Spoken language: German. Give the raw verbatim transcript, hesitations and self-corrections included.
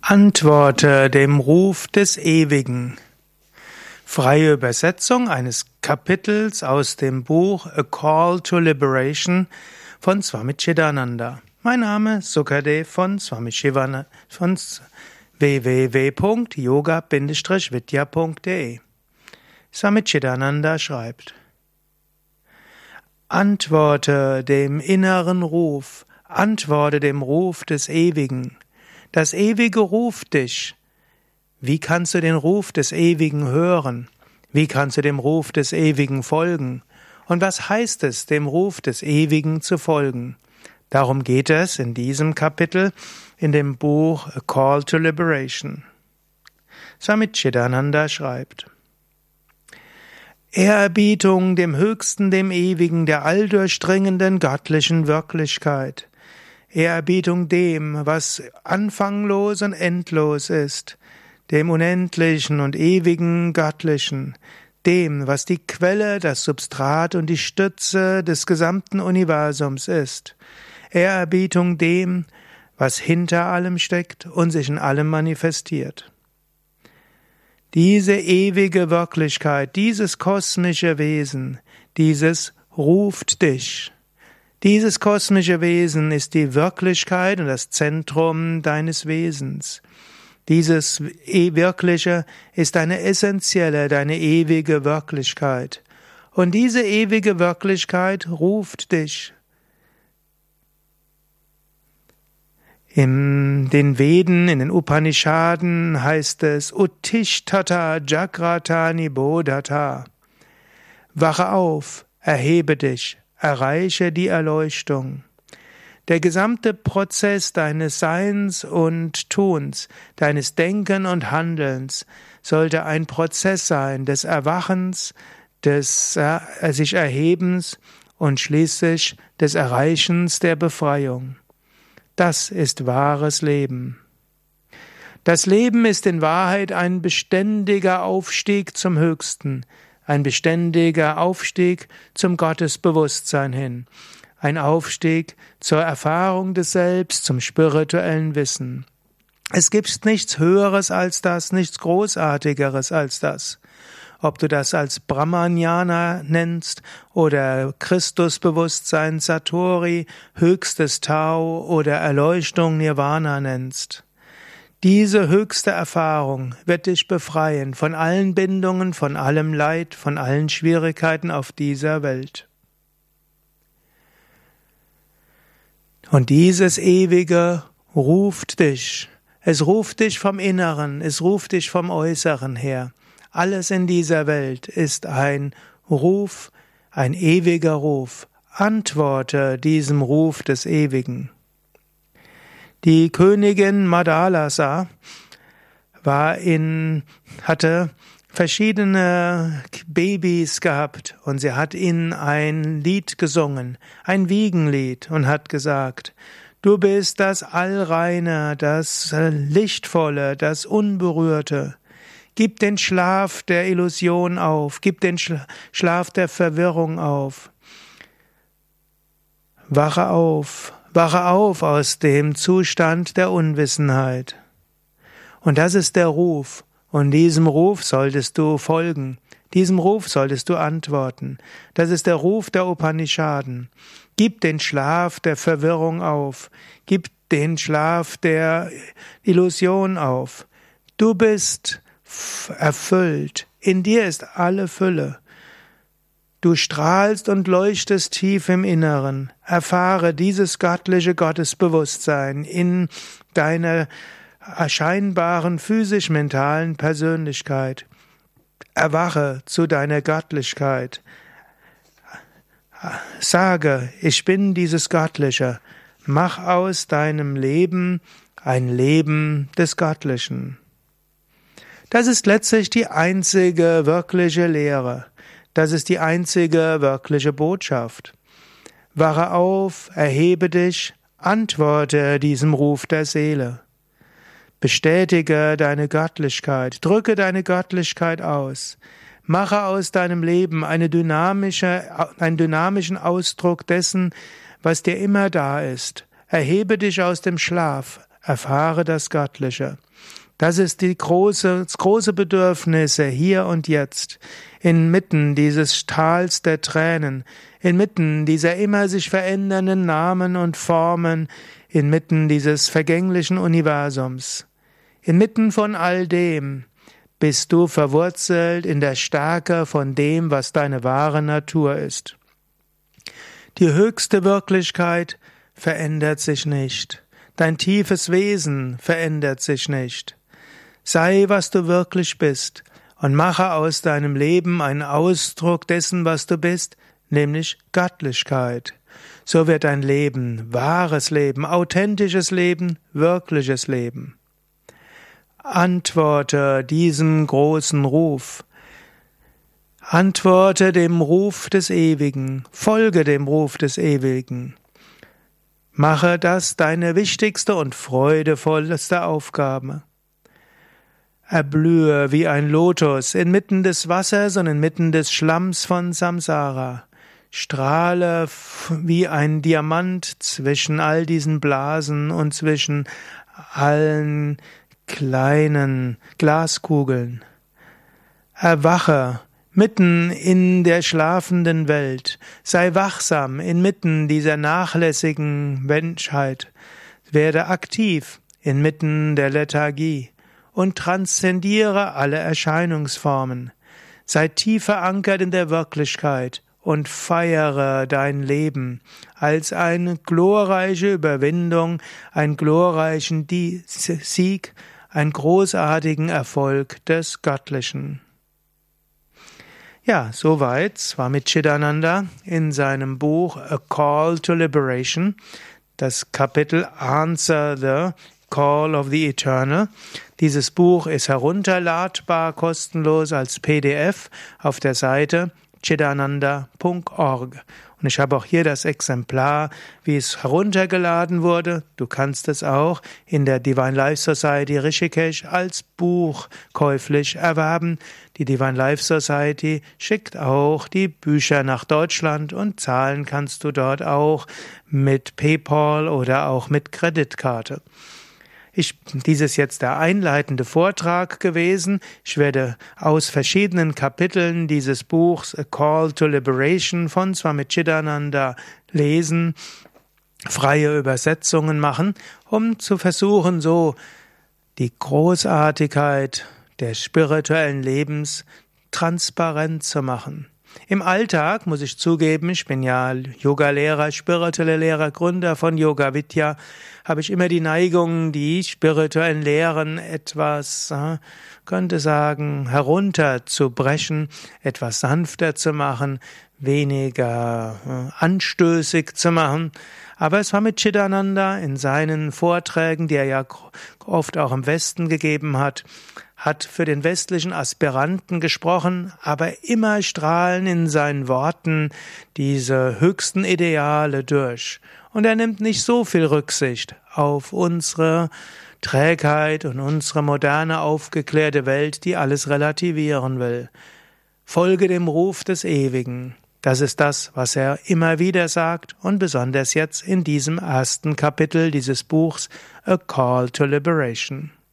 Antworte dem Ruf des Ewigen. Freie Übersetzung eines Kapitels aus dem Buch A Call to Liberation von Swami Chidananda. Mein Name ist Sukadev von Swami Shivananda von w w w punkt yoga Bindestrich vidya punkt de. Swami Chidananda schreibt: Antworte dem inneren Ruf, antworte dem Ruf des Ewigen. Das Ewige ruft dich. Wie kannst du den Ruf des Ewigen hören? Wie kannst du dem Ruf des Ewigen folgen? Und was heißt es, dem Ruf des Ewigen zu folgen? Darum geht es in diesem Kapitel in dem Buch A Call to Liberation. Swami Chidananda schreibt: Ehrerbietung dem Höchsten, dem Ewigen, der alldurchdringenden göttlichen Wirklichkeit. Ehrerbietung dem, was anfanglos und endlos ist, dem Unendlichen und Ewigen Göttlichen, dem, was die Quelle, das Substrat und die Stütze des gesamten Universums ist. Ehrerbietung dem, was hinter allem steckt und sich in allem manifestiert. Diese ewige Wirklichkeit, dieses kosmische Wesen, dieses ruft dich. Dieses kosmische Wesen ist die Wirklichkeit und das Zentrum deines Wesens. Dieses Wirkliche ist deine essentielle, deine ewige Wirklichkeit. Und diese ewige Wirklichkeit ruft dich. In den Veden, in den Upanishaden heißt es Uttishtata Jagrata Nibodhata. Wache auf, erhebe dich, erreiche die Erleuchtung. Der gesamte Prozess deines Seins und Tuns, deines Denken und Handelns sollte ein Prozess sein des Erwachens, des äh, sich Erhebens und schließlich des Erreichens der Befreiung. Das ist wahres Leben. Das Leben ist in Wahrheit ein beständiger Aufstieg zum Höchsten, ein beständiger Aufstieg zum Gottesbewusstsein hin, ein Aufstieg zur Erfahrung des Selbst, zum spirituellen Wissen. Es gibt nichts Höheres als das, nichts Großartigeres als das. Ob du das als Brahmanyana nennst oder Christusbewusstsein, Satori, höchstes Tao oder Erleuchtung, Nirvana nennst. Diese höchste Erfahrung wird dich befreien von allen Bindungen, von allem Leid, von allen Schwierigkeiten auf dieser Welt. Und dieses Ewige ruft dich. Es ruft dich vom Inneren, es ruft dich vom Äußeren her. Alles in dieser Welt ist ein Ruf, ein ewiger Ruf. Antworte diesem Ruf des Ewigen. Die Königin Madalasa war in, hatte verschiedene Babys gehabt und sie hat ihnen ein Lied gesungen, ein Wiegenlied, und hat gesagt: Du bist das Allreine, das Lichtvolle, das Unberührte. Gib den Schlaf der Illusion auf, gib den Schlaf der Verwirrung auf. Wache auf, wache auf aus dem Zustand der Unwissenheit. Und das ist der Ruf, und diesem Ruf solltest du folgen, diesem Ruf solltest du antworten. Das ist der Ruf der Upanishaden. Gib den Schlaf der Verwirrung auf, gib den Schlaf der Illusion auf. Du bist erfüllt, in dir ist alle Fülle. Du strahlst und leuchtest tief im Inneren. Erfahre dieses göttliche Gottesbewusstsein in deiner erscheinbaren physisch-mentalen Persönlichkeit. Erwache zu deiner Göttlichkeit. Sage, ich bin dieses Göttliche. Mach aus deinem Leben ein Leben des Göttlichen. Das ist letztlich die einzige wirkliche Lehre. Das ist die einzige wirkliche Botschaft. Wache auf, erhebe dich, antworte diesem Ruf der Seele. Bestätige deine Göttlichkeit, drücke deine Göttlichkeit aus. Mache aus deinem Leben eine dynamische, einen dynamischen Ausdruck dessen, was dir immer da ist. Erhebe dich aus dem Schlaf, erfahre das Göttliche. Das ist die große, das große Bedürfnis hier und jetzt, inmitten dieses Tals der Tränen, inmitten dieser immer sich verändernden Namen und Formen, inmitten dieses vergänglichen Universums. Inmitten von all dem bist du verwurzelt in der Stärke von dem, was deine wahre Natur ist. Die höchste Wirklichkeit verändert sich nicht. Dein tiefes Wesen verändert sich nicht. Sei, was du wirklich bist, und mache aus deinem Leben einen Ausdruck dessen, was du bist, nämlich Göttlichkeit. So wird dein Leben wahres Leben, authentisches Leben, wirkliches Leben. Antworte diesem großen Ruf. Antworte dem Ruf des Ewigen, folge dem Ruf des Ewigen. Mache das deine wichtigste und freudevollste Aufgabe. Erblühe wie ein Lotus inmitten des Wassers und inmitten des Schlamms von Samsara. Strahle wie ein Diamant zwischen all diesen Blasen und zwischen allen kleinen Glaskugeln. Erwache mitten in der schlafenden Welt. Sei wachsam inmitten dieser nachlässigen Menschheit. Werde aktiv inmitten der Lethargie. Und transzendiere alle Erscheinungsformen. Sei tief verankert in der Wirklichkeit und feiere dein Leben als eine glorreiche Überwindung, einen glorreichen Sieg, einen großartigen Erfolg des Göttlichen. Ja, soweit Swami Chidananda in seinem Buch A Call to Liberation, das Kapitel Answer the Call of the Eternal. Dieses Buch ist herunterladbar, kostenlos als P D F auf der Seite chidananda punkt org. Und ich habe auch hier das Exemplar, wie es heruntergeladen wurde. Du kannst es auch in der Divine Life Society Rishikesh als Buch käuflich erwerben. Die Divine Life Society schickt auch die Bücher nach Deutschland und zahlen kannst du dort auch mit PayPal oder auch mit Kreditkarte. Ich, dies ist jetzt der einleitende Vortrag gewesen. Ich werde aus verschiedenen Kapiteln dieses Buchs A Call to Liberation von Swami Chidananda lesen, freie Übersetzungen machen, um zu versuchen, so die Großartigkeit des spirituellen Lebens transparent zu machen. Im Alltag muss ich zugeben, ich bin ja Yoga-Lehrer, spiritueller Lehrer, Gründer von Yoga Vidya, habe ich immer die Neigung, die spirituellen Lehren etwas, könnte sagen, herunterzubrechen, etwas sanfter zu machen, weniger anstößig zu machen. Aber Swami Chidananda in seinen Vorträgen, die er ja oft auch im Westen gegeben hat, hat für den westlichen Aspiranten gesprochen, aber immer strahlen in seinen Worten diese höchsten Ideale durch. Und er nimmt nicht so viel Rücksicht auf unsere Trägheit und unsere moderne, aufgeklärte Welt, die alles relativieren will. Folge dem Ruf des Ewigen. Das ist das, was er immer wieder sagt und besonders jetzt in diesem ersten Kapitel dieses Buchs A Call to Liberation.